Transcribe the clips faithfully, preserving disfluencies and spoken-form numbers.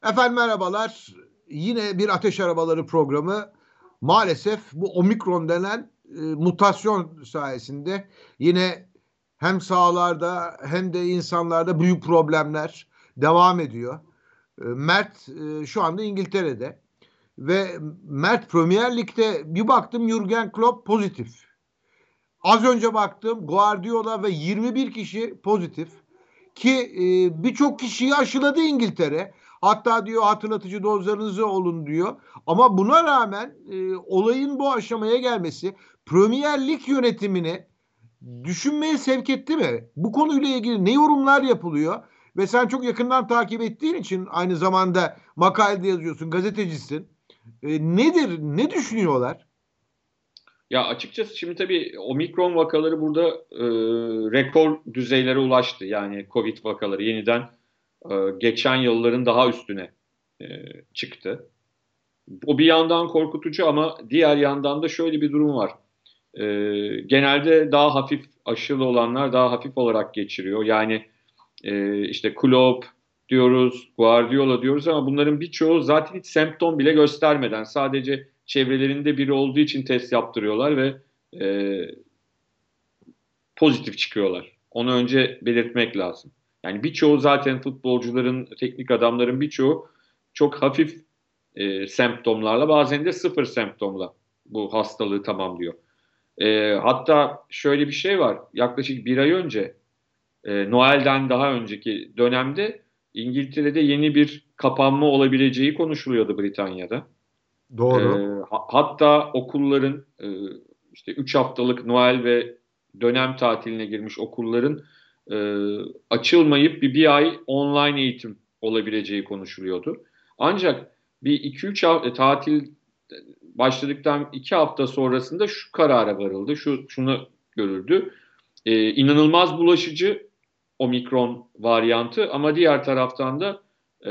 Efendim merhabalar. Yine bir ateş arabaları programı. Maalesef bu omikron denen e, mutasyon sayesinde yine hem sahalarda hem de insanlarda büyük problemler devam ediyor. E, Mert e, şu anda İngiltere'de ve Mert Premier Lig'de bir baktım Jurgen Klopp pozitif. Az önce baktım Guardiola ve yirmi bir kişi pozitif ki e, birçok kişiyi aşıladı İngiltere. Hatta diyor hatırlatıcı dozlarınızı olun diyor. Ama buna rağmen e, olayın bu aşamaya gelmesi Premier Lig yönetimini düşünmeye sevk etti mi? Bu konuyla ilgili ne yorumlar yapılıyor? Ve sen çok yakından takip ettiğin için aynı zamanda makalede yazıyorsun, gazetecisin. E, nedir, ne düşünüyorlar? Ya açıkçası şimdi tabii omikron vakaları burada e, rekor düzeylere ulaştı. Yani Covid vakaları yeniden e, geçen yılların daha üstüne e, çıktı. O bir yandan korkutucu ama diğer yandan da şöyle bir durum var. E, Genelde daha hafif aşılı olanlar daha hafif olarak geçiriyor. Yani e, işte Klopp diyoruz, Guardiola diyoruz ama bunların birçoğu zaten hiç semptom bile göstermeden sadece çevrelerinde biri olduğu için test yaptırıyorlar ve e, pozitif çıkıyorlar. Onu önce belirtmek lazım. Yani birçoğu zaten futbolcuların, teknik adamların birçoğu çok hafif e, semptomlarla bazen de sıfır semptomla bu hastalığı tamamlıyor. E, hatta şöyle bir şey var. Yaklaşık bir ay önce e, Noel'den daha önceki dönemde İngiltere'de yeni bir kapanma olabileceği konuşuluyordu Britanya'da. E, Doğru. ha- Hatta okulların e, işte üç haftalık Noel ve dönem tatiline girmiş okulların e, açılmayıp bir, bir ay online eğitim olabileceği konuşuluyordu. Ancak bir iki üç hafta tatil başladıktan iki hafta sonrasında şu karara varıldı, şu şunu görüldü. E, inanılmaz bulaşıcı omikron varyantı ama diğer taraftan da e,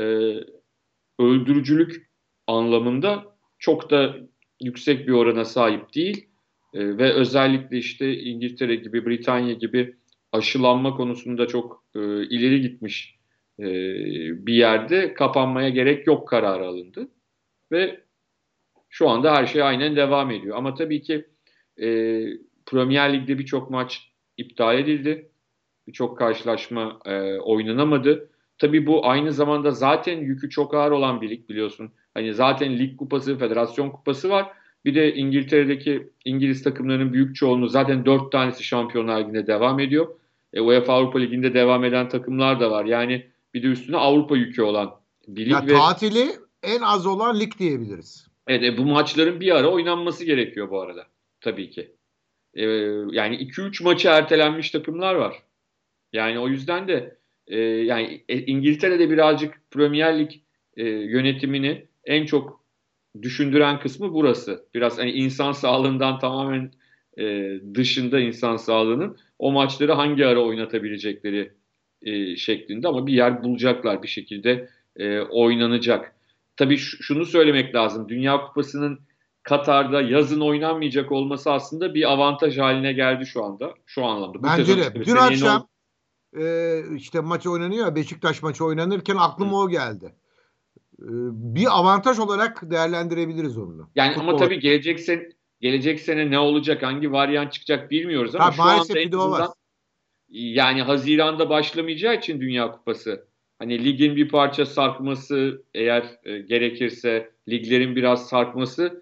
öldürücülük anlamında çok da yüksek bir orana sahip değil. E, ve özellikle işte İngiltere gibi, Britanya gibi aşılanma konusunda çok e, ileri gitmiş e, bir yerde kapanmaya gerek yok kararı alındı. Ve şu anda her şey aynen devam ediyor. Ama tabii ki e, Premier Lig'de birçok maç iptal edildi. Birçok karşılaşma e, oynanamadı. Tabii bu aynı zamanda zaten yükü çok ağır olan bir lig biliyorsun. Hani zaten lig kupası, federasyon kupası var. Bir de İngiltere'deki İngiliz takımlarının büyük çoğunluğu zaten dört tanesi Şampiyonlar Ligi'nde devam ediyor. E, UEFA Avrupa Ligi'nde devam eden takımlar da var. Yani bir de üstüne Avrupa yükü olan bir lig Ya ve tatili en az olan lig diyebiliriz. evet, e, bu maçların bir ara oynanması gerekiyor bu arada. Tabii ki. E, Yani iki üç maçı ertelenmiş takımlar var. Yani o yüzden de e, yani e, İngiltere'de birazcık Premier Lig e, yönetimini en çok düşündüren kısmı burası. Biraz hani insan sağlığından tamamen e, dışında insan sağlığının o maçları hangi ara oynatabilecekleri e, şeklinde ama bir yer bulacaklar bir şekilde e, oynanacak. Tabii ş- şunu söylemek lazım. Dünya Kupası'nın Katar'da yazın oynanmayacak olması aslında bir avantaj haline geldi şu anda. Şu anlamda. Bu Bence sezon de. işte Dün seneye ne akşam e, işte maç oynanıyor ya, Beşiktaş maçı oynanırken aklıma o geldi. E, bir avantaj olarak değerlendirebiliriz onu. Yani ama Futbol tabii açısından. gelecek sene, gelecek sene ne olacak, hangi varyant çıkacak bilmiyoruz ama Tabii şu anda maalesef en bir de o var. azından yani Haziran'da başlamayacağı için Dünya Kupası hani ligin bir parça sarkması eğer e, gerekirse liglerin biraz sarkması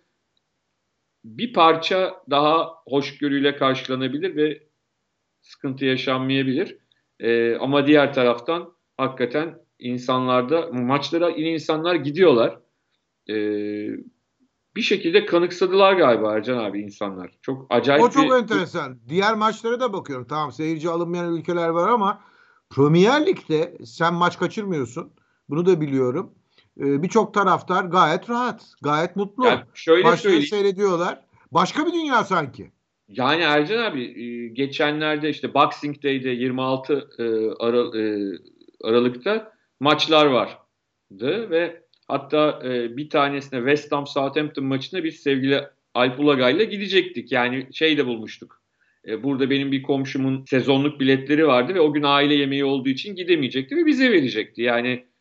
bir parça daha hoşgörüyle karşılanabilir ve sıkıntı yaşanmayabilir. E, ama diğer taraftan hakikaten insanlarda maçlara yine insanlar gidiyorlar. E, Bir şekilde kanıksadılar galiba Ercan abi insanlar. Çok O acayip çok bir enteresan. Diğer maçlara da bakıyorum. Tamam, seyirci alınmayan ülkeler var ama Premier Lig'de sen maç kaçırmıyorsun. Bunu da biliyorum. E, birçok taraftar gayet rahat, gayet yani mutlu. şöyle Maçları söyleyeyim. seyrediyorlar. Başka bir dünya sanki. Yani Ercan abi e, geçenlerde işte Boxing Day'de yirmi altı e, Ara- e, Aralık'ta maçlar vardı ve hatta e, bir tanesine West Ham Southampton maçına biz sevgili Alp Ulagay'la gidecektik. Yani şey de bulmuştuk. E, burada benim bir komşumun sezonluk biletleri vardı ve o gün aile yemeği olduğu için gidemeyecekti ve bize verecekti. Yani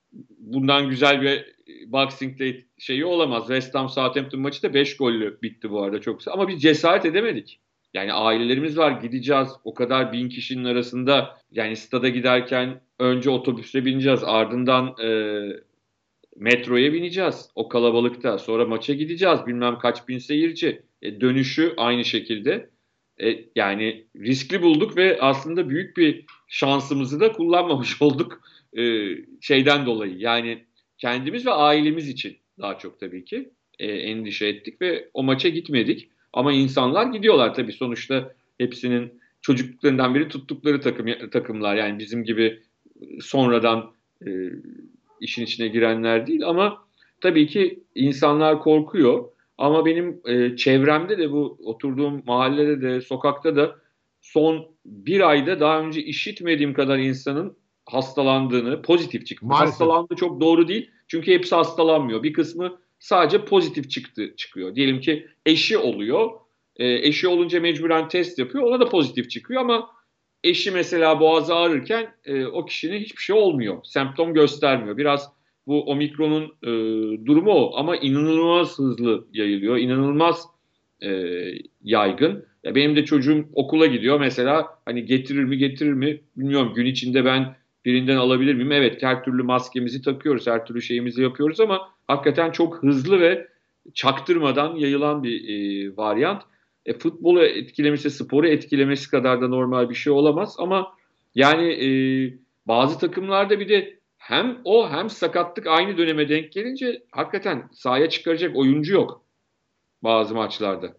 bundan güzel bir Boxing Day şeyi olamaz. West Ham Southampton maçı da beş gollü bitti bu arada, çok güzel. Ama biz cesaret edemedik. Yani ailelerimiz var, gideceğiz. O kadar bin kişinin arasında, yani stada giderken önce otobüse bineceğiz. Ardından e, metroya bineceğiz o kalabalıkta. Sonra maça gideceğiz. Bilmem kaç bin seyirci. E, dönüşü aynı şekilde. E, yani riskli bulduk ve aslında büyük bir şansımızı da kullanmamış olduk. E, şeyden dolayı. Yani kendimiz ve ailemiz için daha çok tabii ki e, endişe ettik ve o maça gitmedik. Ama insanlar gidiyorlar tabii. Sonuçta hepsinin çocukluklarından beri tuttukları takım takımlar. Yani bizim gibi sonradan e, işin içine girenler değil, ama tabii ki insanlar korkuyor. Ama benim e, çevremde de, bu oturduğum mahallede de, sokakta da son bir ayda daha önce işitmediğim kadar insanın hastalandığını, pozitif çıktı. Maalesef. Hastalandı çok doğru değil. Çünkü hepsi hastalanmıyor. Bir kısmı sadece pozitif çıktı çıkıyor. Diyelim ki eşi oluyor. E, eşi olunca mecburen test yapıyor. Ona da pozitif çıkıyor, ama eşi mesela boğazı ağrırken e, o kişinin hiçbir şey olmuyor. Semptom göstermiyor. Biraz bu omikronun e, durumu o, ama inanılmaz hızlı yayılıyor. İnanılmaz e, yaygın. Ya benim de çocuğum okula gidiyor mesela, hani getirir mi getirir mi bilmiyorum, gün içinde ben birinden alabilir miyim? Evet, her türlü maskemizi takıyoruz, her türlü şeyimizi yapıyoruz, ama hakikaten çok hızlı ve çaktırmadan yayılan bir e, varyant. E, futbolu etkilemesi, sporu etkilemesi kadar da normal bir şey olamaz, ama yani e, bazı takımlarda bir de hem o hem sakatlık aynı döneme denk gelince hakikaten sahaya çıkaracak oyuncu yok bazı maçlarda.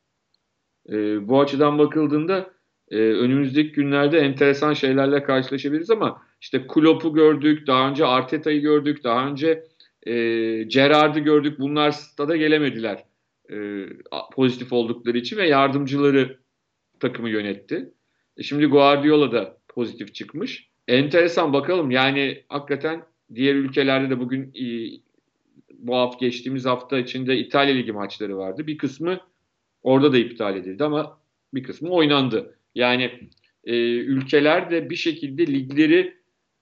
E, bu açıdan bakıldığında e, önümüzdeki günlerde enteresan şeylerle karşılaşabiliriz, ama işte Klopp'u gördük, daha önce Arteta'yı gördük, daha önce e, Gerrard'ı gördük. Bunlar stada gelemediler e, pozitif oldukları için ve yardımcıları takımı yönetti. E, şimdi Guardiola da pozitif çıkmış. Enteresan, bakalım yani hakikaten diğer ülkelerde de bugün e, bu hafta, geçtiğimiz hafta içinde İtalya Ligi maçları vardı. Bir kısmı orada da iptal edildi, ama bir kısmı oynandı. Yani e, ülkeler de bir şekilde ligleri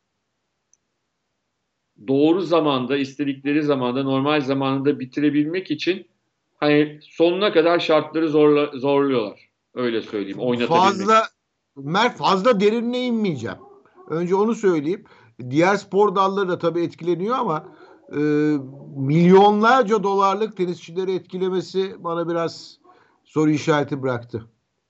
doğru zamanda, istedikleri zamanda, normal zamanda bitirebilmek için hani sonuna kadar şartları zorla, zorluyorlar. Öyle söyleyeyim, oynatabilmek için. Fazla Mert, fazla derinine inmeyeceğim. Önce onu söyleyeyim. Diğer spor dalları da tabii etkileniyor ama e, milyonlarca dolarlık tenisçileri etkilemesi bana biraz soru işareti bıraktı.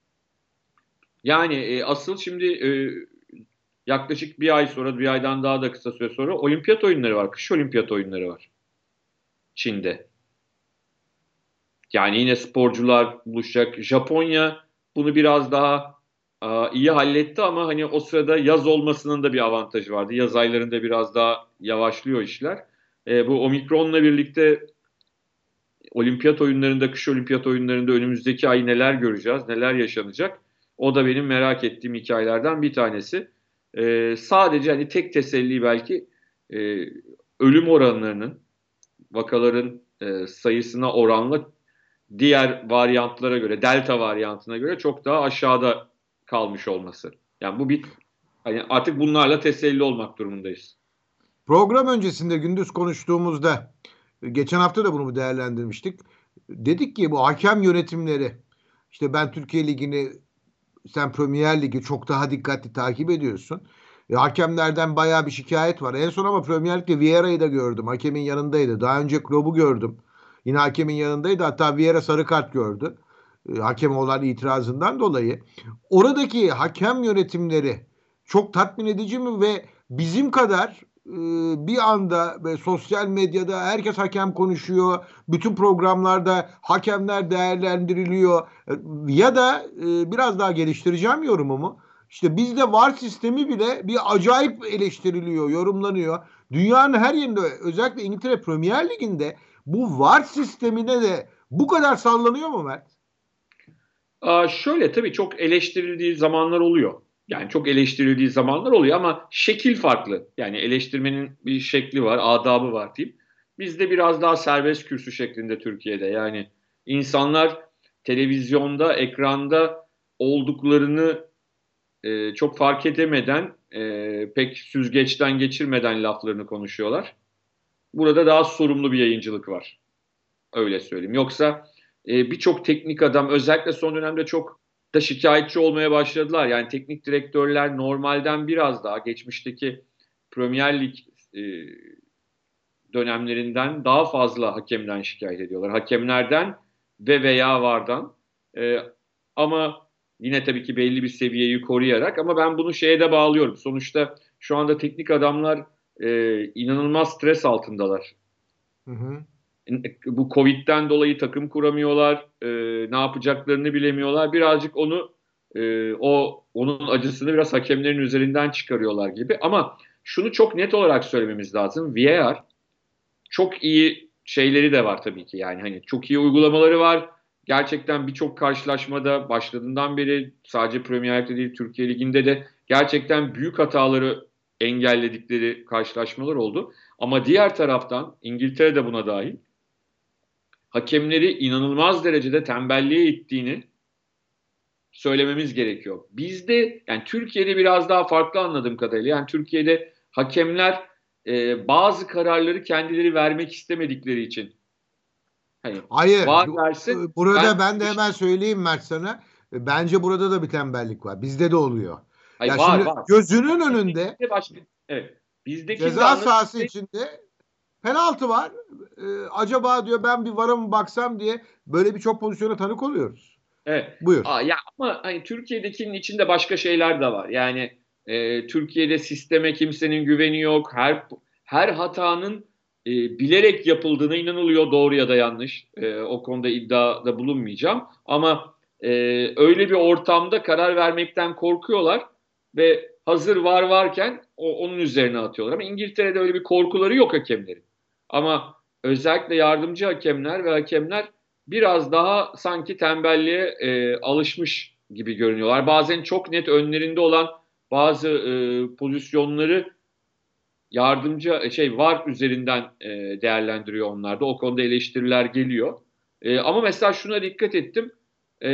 Yani e, asıl şimdi e, yaklaşık bir ay sonra, bir aydan daha da kısa süre sonra olimpiyat oyunları var. Kış olimpiyat oyunları var Çin'de. Yani yine sporcular buluşacak. Japonya bunu biraz daha a, iyi halletti, ama hani o sırada yaz olmasının da bir avantajı vardı. Yaz aylarında biraz daha yavaşlıyor işler. E, bu omikronla birlikte olimpiyat oyunlarında, kış olimpiyat oyunlarında önümüzdeki ay neler göreceğiz, neler yaşanacak? O da benim merak ettiğim hikayelerden bir tanesi. E, sadece hani tek teselli belki e, ölüm oranlarının, vakaların e, sayısına oranla diğer varyantlara göre, delta varyantına göre çok daha aşağıda kalmış olması. Yani bu bir, hani artık bunlarla teselli olmak durumundayız. Program öncesinde gündüz konuştuğumuzda geçen hafta da bunu değerlendirmiştik. Dedik ki bu hakem yönetimleri, işte ben Türkiye Ligi'ni, sen Premier Lig'i çok daha dikkatli takip ediyorsun. E, hakemlerden bayağı bir şikayet var. En son ama Premier Lig'de Vieira'yı da gördüm. Hakemin yanındaydı. Daha önce Klopp'u gördüm. Yine hakemin yanındaydı. Hatta Vieira sarı kart gördü. E, hakeme olan itirazından dolayı. Oradaki hakem yönetimleri çok tatmin edici mi ve bizim kadar e, bir anda ve sosyal medyada herkes hakem konuşuyor. Bütün programlarda hakemler değerlendiriliyor. E, Ya da e, biraz daha geliştireceğim yorumumu. İşte bizde VAR sistemi bile bir acayip eleştiriliyor, yorumlanıyor. Dünyanın her yerinde, özellikle İngiltere Premier Ligi'nde bu VAR sistemine de bu kadar sallanıyor mu Mert? Aa, şöyle, tabii çok eleştirildiği zamanlar oluyor. Yani çok eleştirildiği zamanlar oluyor, ama şekil farklı. Yani eleştirmenin bir şekli var, adabı var diyeyim. Bizde biraz daha serbest kürsü şeklinde Türkiye'de. Yani insanlar televizyonda, ekranda olduklarını e, çok fark edemeden, e, pek süzgeçten geçirmeden laflarını konuşuyorlar. Burada daha sorumlu bir yayıncılık var. Öyle söyleyeyim. Yoksa e, birçok teknik adam özellikle son dönemde çok da şikayetçi olmaya başladılar. Yani teknik direktörler normalden biraz daha geçmişteki Premier Lig e, dönemlerinden daha fazla hakemden şikayet ediyorlar. Hakemlerden ve veya VAR'dan. E, ama yine tabii ki belli bir seviyeyi koruyarak, ama ben bunu şeye de bağlıyorum. Sonuçta şu anda teknik adamlar e, inanılmaz stres altındalar. Hı hı. Bu Covid'den dolayı takım kuramıyorlar, e, ne yapacaklarını bilemiyorlar. Birazcık onu, e, o onun acısını biraz hakemlerin üzerinden çıkarıyorlar gibi. Ama şunu çok net olarak söylememiz lazım. V A R çok iyi şeyleri de var tabii ki. Yani hani çok iyi uygulamaları var. Gerçekten birçok karşılaşmada başladığından beri, sadece Premier Lig'de değil Türkiye Ligi'nde de gerçekten büyük hataları engelledikleri karşılaşmalar oldu. Ama diğer taraftan İngiltere de buna dahil, hakemleri inanılmaz derecede tembelliğe ittiğini söylememiz gerekiyor. Bizde, yani Türkiye'de biraz daha farklı anladığım kadarıyla. Yani Türkiye'de hakemler e, bazı kararları kendileri vermek istemedikleri için, hani Hayır. var bu- versin, ben Burada ben de hemen söyleyeyim Mert sana. Bence burada da bir tembellik var. Bizde de oluyor. hayır, Ya var şimdi var. gözünün önünde Bizdekinde başka, evet. Bizdekinde ceza anladığım sahası şey, içinde penaltı var. Ee, acaba diyor ben bir vara mı baksam diye böyle birçok pozisyona tanık oluyoruz. evet. Buyur. Aa, ya ama hani Türkiye'dekinin içinde başka şeyler de var. Yani e, Türkiye'de sisteme kimsenin güveni yok. Her her hatanın e, bilerek yapıldığına inanılıyor, doğru ya da yanlış. E, o konuda iddiada bulunmayacağım. Ama e, öyle bir ortamda karar vermekten korkuyorlar ve hazır var varken o, onun üzerine atıyorlar. Ama İngiltere'de öyle bir korkuları yok hakemlerin. Ama özellikle yardımcı hakemler ve hakemler biraz daha sanki tembelliğe e, alışmış gibi görünüyorlar. Bazen çok net önlerinde olan bazı e, pozisyonları yardımcı e, şey var üzerinden e, değerlendiriyor onlar da. O konuda eleştiriler geliyor. E, ama mesela şuna dikkat ettim. E,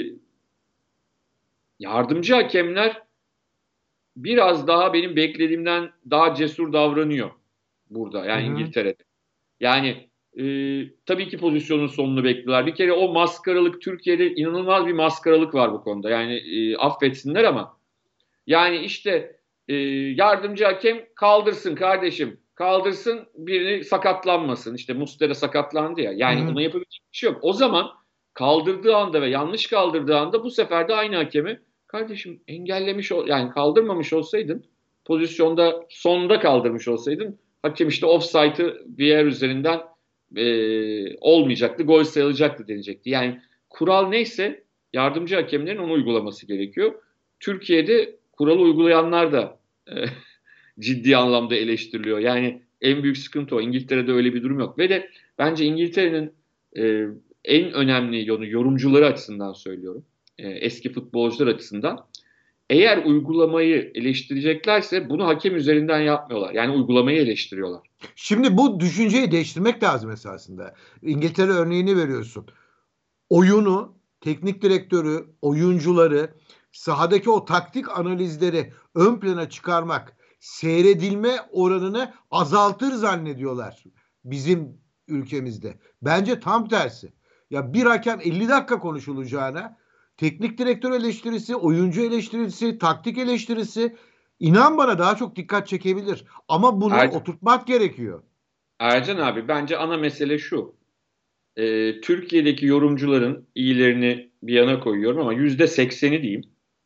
yardımcı hakemler biraz daha benim beklediğimden daha cesur davranıyor burada, Hı yani hı. İngiltere'de. Yani e, tabii ki pozisyonun sonunu bekliyorlar. Bir kere o maskaralık, Türkiye'de inanılmaz bir maskaralık var bu konuda. Yani e, affetsinler ama yani işte e, yardımcı hakem kaldırsın kardeşim. Kaldırsın, birini sakatlanmasın. İşte Muslera sakatlandı ya. Hı Yani hı. ona yapabilecek bir şey yok. O zaman kaldırdığı anda ve yanlış kaldırdığı anda bu sefer de aynı hakemi, kardeşim engellemiş ol, yani kaldırmamış olsaydın, pozisyonda sonda kaldırmış olsaydın, hakem işte offside'ı V R üzerinden e, olmayacaktı, gol sayılacaktı denecekti. Yani kural neyse yardımcı hakemlerin onu uygulaması gerekiyor. Türkiye'de kuralı uygulayanlar da e, ciddi anlamda eleştiriliyor. Yani en büyük sıkıntı o. İngiltere'de öyle bir durum yok. Ve de bence İngiltere'nin e, en önemli yönü, yorumcuları açısından söylüyorum. E, eski futbolcular açısından. Eğer uygulamayı eleştireceklerse bunu hakem üzerinden yapmıyorlar. Yani uygulamayı eleştiriyorlar. Şimdi bu düşünceyi değiştirmek lazım esasında. İngiltere örneğini veriyorsun. Oyunu, teknik direktörü, oyuncuları, sahadaki o taktik analizleri ön plana çıkarmak, seyredilme oranını azaltır zannediyorlar bizim ülkemizde. Bence tam tersi. Ya bir hakem elli dakika konuşulacağına teknik direktör eleştirisi, oyuncu eleştirisi, taktik eleştirisi inan bana daha çok dikkat çekebilir. Ama bunu Er, oturtmak gerekiyor. Ercan abi, bence ana mesele şu. E, Türkiye'deki yorumcuların iyilerini bir yana koyuyorum ama yüzde sekseni diyeyim.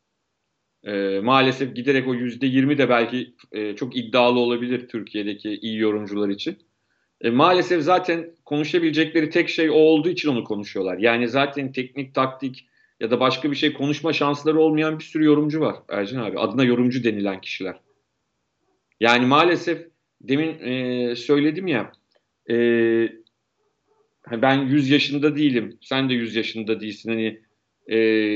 E, maalesef giderek o yüzde yirmi de belki e, çok iddialı olabilir Türkiye'deki iyi yorumcular için. E, maalesef zaten konuşabilecekleri tek şey o olduğu için onu konuşuyorlar. Yani zaten teknik, taktik ya da başka bir şey konuşma şansları olmayan bir sürü yorumcu var Ercan abi. Adına yorumcu denilen kişiler. Yani maalesef demin e, söyledim ya, e, ben yüz yaşında değilim. Sen de yüz yaşında değilsin. Hani e,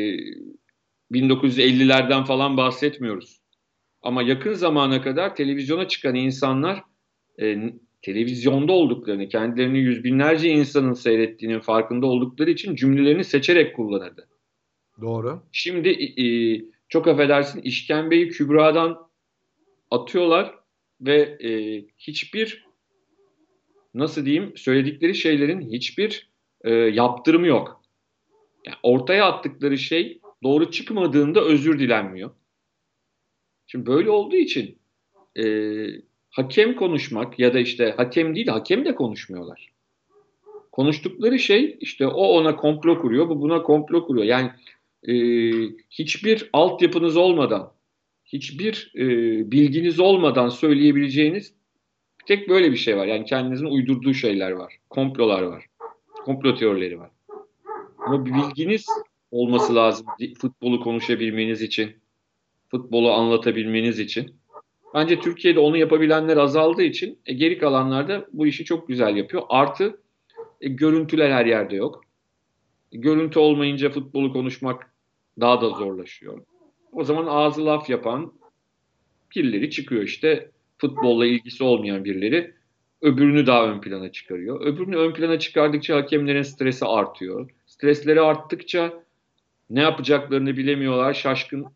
bin dokuz yüz ellilerden falan bahsetmiyoruz. Ama yakın zamana kadar televizyona çıkan insanlar e, televizyonda olduklarını, kendilerini yüz binlerce insanın seyrettiğinin farkında oldukları için cümlelerini seçerek kullanırdı. Doğru. Şimdi e, çok affedersin işkembeyi kübradan atıyorlar ve e, hiçbir nasıl diyeyim söyledikleri şeylerin hiçbir e, yaptırımı yok. Yani ortaya attıkları şey doğru çıkmadığında özür dilenmiyor. Şimdi böyle olduğu için e, hakem konuşmak ya da işte hakem değil hakem de konuşmuyorlar. Konuştukları şey işte o ona komplo kuruyor, bu buna komplo kuruyor. Yani e, hiçbir altyapınız olmadan, hiçbir e, bilginiz olmadan söyleyebileceğiniz bir tek böyle bir şey var. Yani kendinizin uydurduğu şeyler var, komplolar var, komplo teorileri var. Ama bir bilginiz olması lazım futbolu konuşabilmeniz için, futbolu anlatabilmeniz için. Bence Türkiye'de onu yapabilenler azaldığı için e, geri kalanlar da bu işi çok güzel yapıyor. Artı e, görüntüler her yerde yok. E, görüntü olmayınca futbolu konuşmak daha da zorlaşıyor. O zaman ağzı laf yapan birileri çıkıyor işte. Futbolla ilgisi olmayan birileri öbürünü daha ön plana çıkarıyor. Öbürünü ön plana çıkardıkça hakemlerin stresi artıyor. Stresleri arttıkça ne yapacaklarını bilemiyorlar. Şaşkın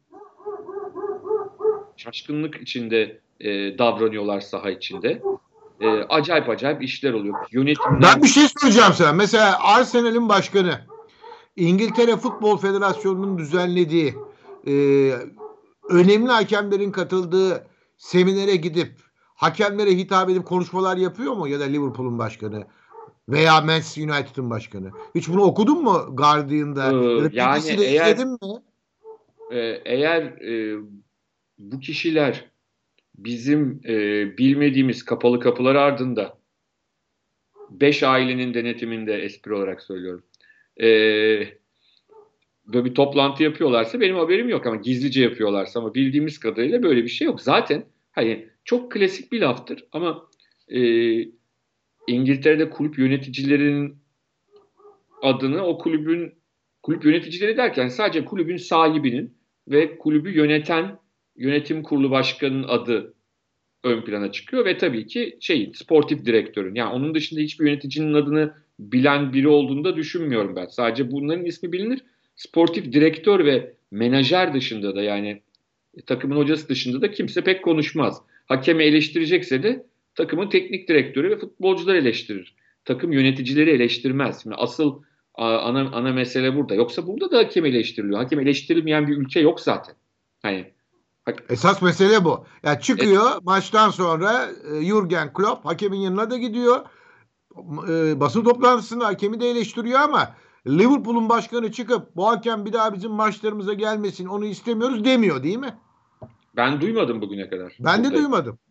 şaşkınlık içinde e, davranıyorlar saha içinde. E, acayip acayip işler oluyor. Yönetimler... Ben bir şey söyleyeceğim sana. Mesela Arsenal'in başkanı İngiltere Futbol Federasyonu'nun düzenlediği e, önemli hakemlerin katıldığı seminere gidip hakemlere hitap edip konuşmalar yapıyor mu? Ya da Liverpool'un başkanı veya Manchester United'ın başkanı. Hiç bunu okudun mu Guardian'da? Ee, Ya da yani B B C'de eğer izledin mi? e, eğer e, bu kişiler bizim e, bilmediğimiz kapalı kapılar ardında beş ailenin denetiminde espri olarak söylüyorum. E, böyle bir toplantı yapıyorlarsa benim haberim yok ama gizlice yapıyorlarsa ama bildiğimiz kadarıyla böyle bir şey yok. Zaten hani çok klasik bir laftır ama e, İngiltere'de kulüp yöneticilerinin adını o kulübün kulüp yöneticileri derken sadece kulübün sahibinin ve kulübü yöneten yönetim kurulu başkanının adı ön plana çıkıyor ve tabii ki şeyin sportif direktörün yani onun dışında hiçbir yöneticinin adını bilen biri olduğunu da düşünmüyorum ben. Sadece bunların ismi bilinir. Sportif direktör ve menajer dışında da yani takımın hocası dışında da kimse pek konuşmaz. Hakemi eleştirecekse de takımın teknik direktörü ve futbolcular eleştirir. Takım yöneticileri eleştirmez. Şimdi asıl ana, ana mesele burada. Yoksa burada da hakem eleştiriliyor. Hakem eleştirilmeyen bir ülke yok zaten. Hani Esas mesele bu. Yani e, çıkıyor maçtan sonra e, Jürgen Klopp hakemin yanına da gidiyor. E, basın toplantısında hakemi de eleştiriyor ama Liverpool'un başkanı çıkıp bu hakem bir daha bizim maçlarımıza gelmesin onu istemiyoruz demiyor değil mi? ben duymadım bugüne kadar. Ben de Burada. duymadım.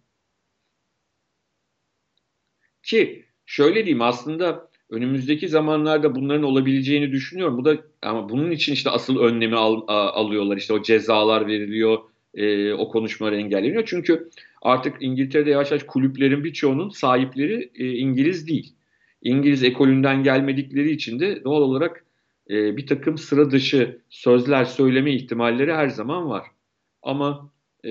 Ki şöyle diyeyim aslında önümüzdeki zamanlarda bunların olabileceğini düşünüyorum. Bu da ama bunun için işte asıl önlemi al, a, alıyorlar. İşte o cezalar veriliyor, e, o konuşmalar engelleniyor. Çünkü artık İngiltere'de yavaş yavaş kulüplerin birçoğunun sahipleri e, İngiliz değil. İngiliz ekolünden gelmedikleri için de doğal olarak e, bir takım sıra dışı sözler söyleme ihtimalleri her zaman var. Ama e,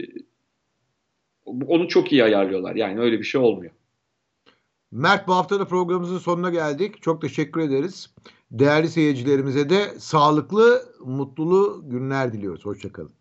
onu çok iyi ayarlıyorlar. Yani öyle bir şey olmuyor. Mert bu hafta da programımızın sonuna geldik. Çok teşekkür ederiz. Değerli seyircilerimize de sağlıklı, mutlulu günler diliyoruz. Hoşçakalın.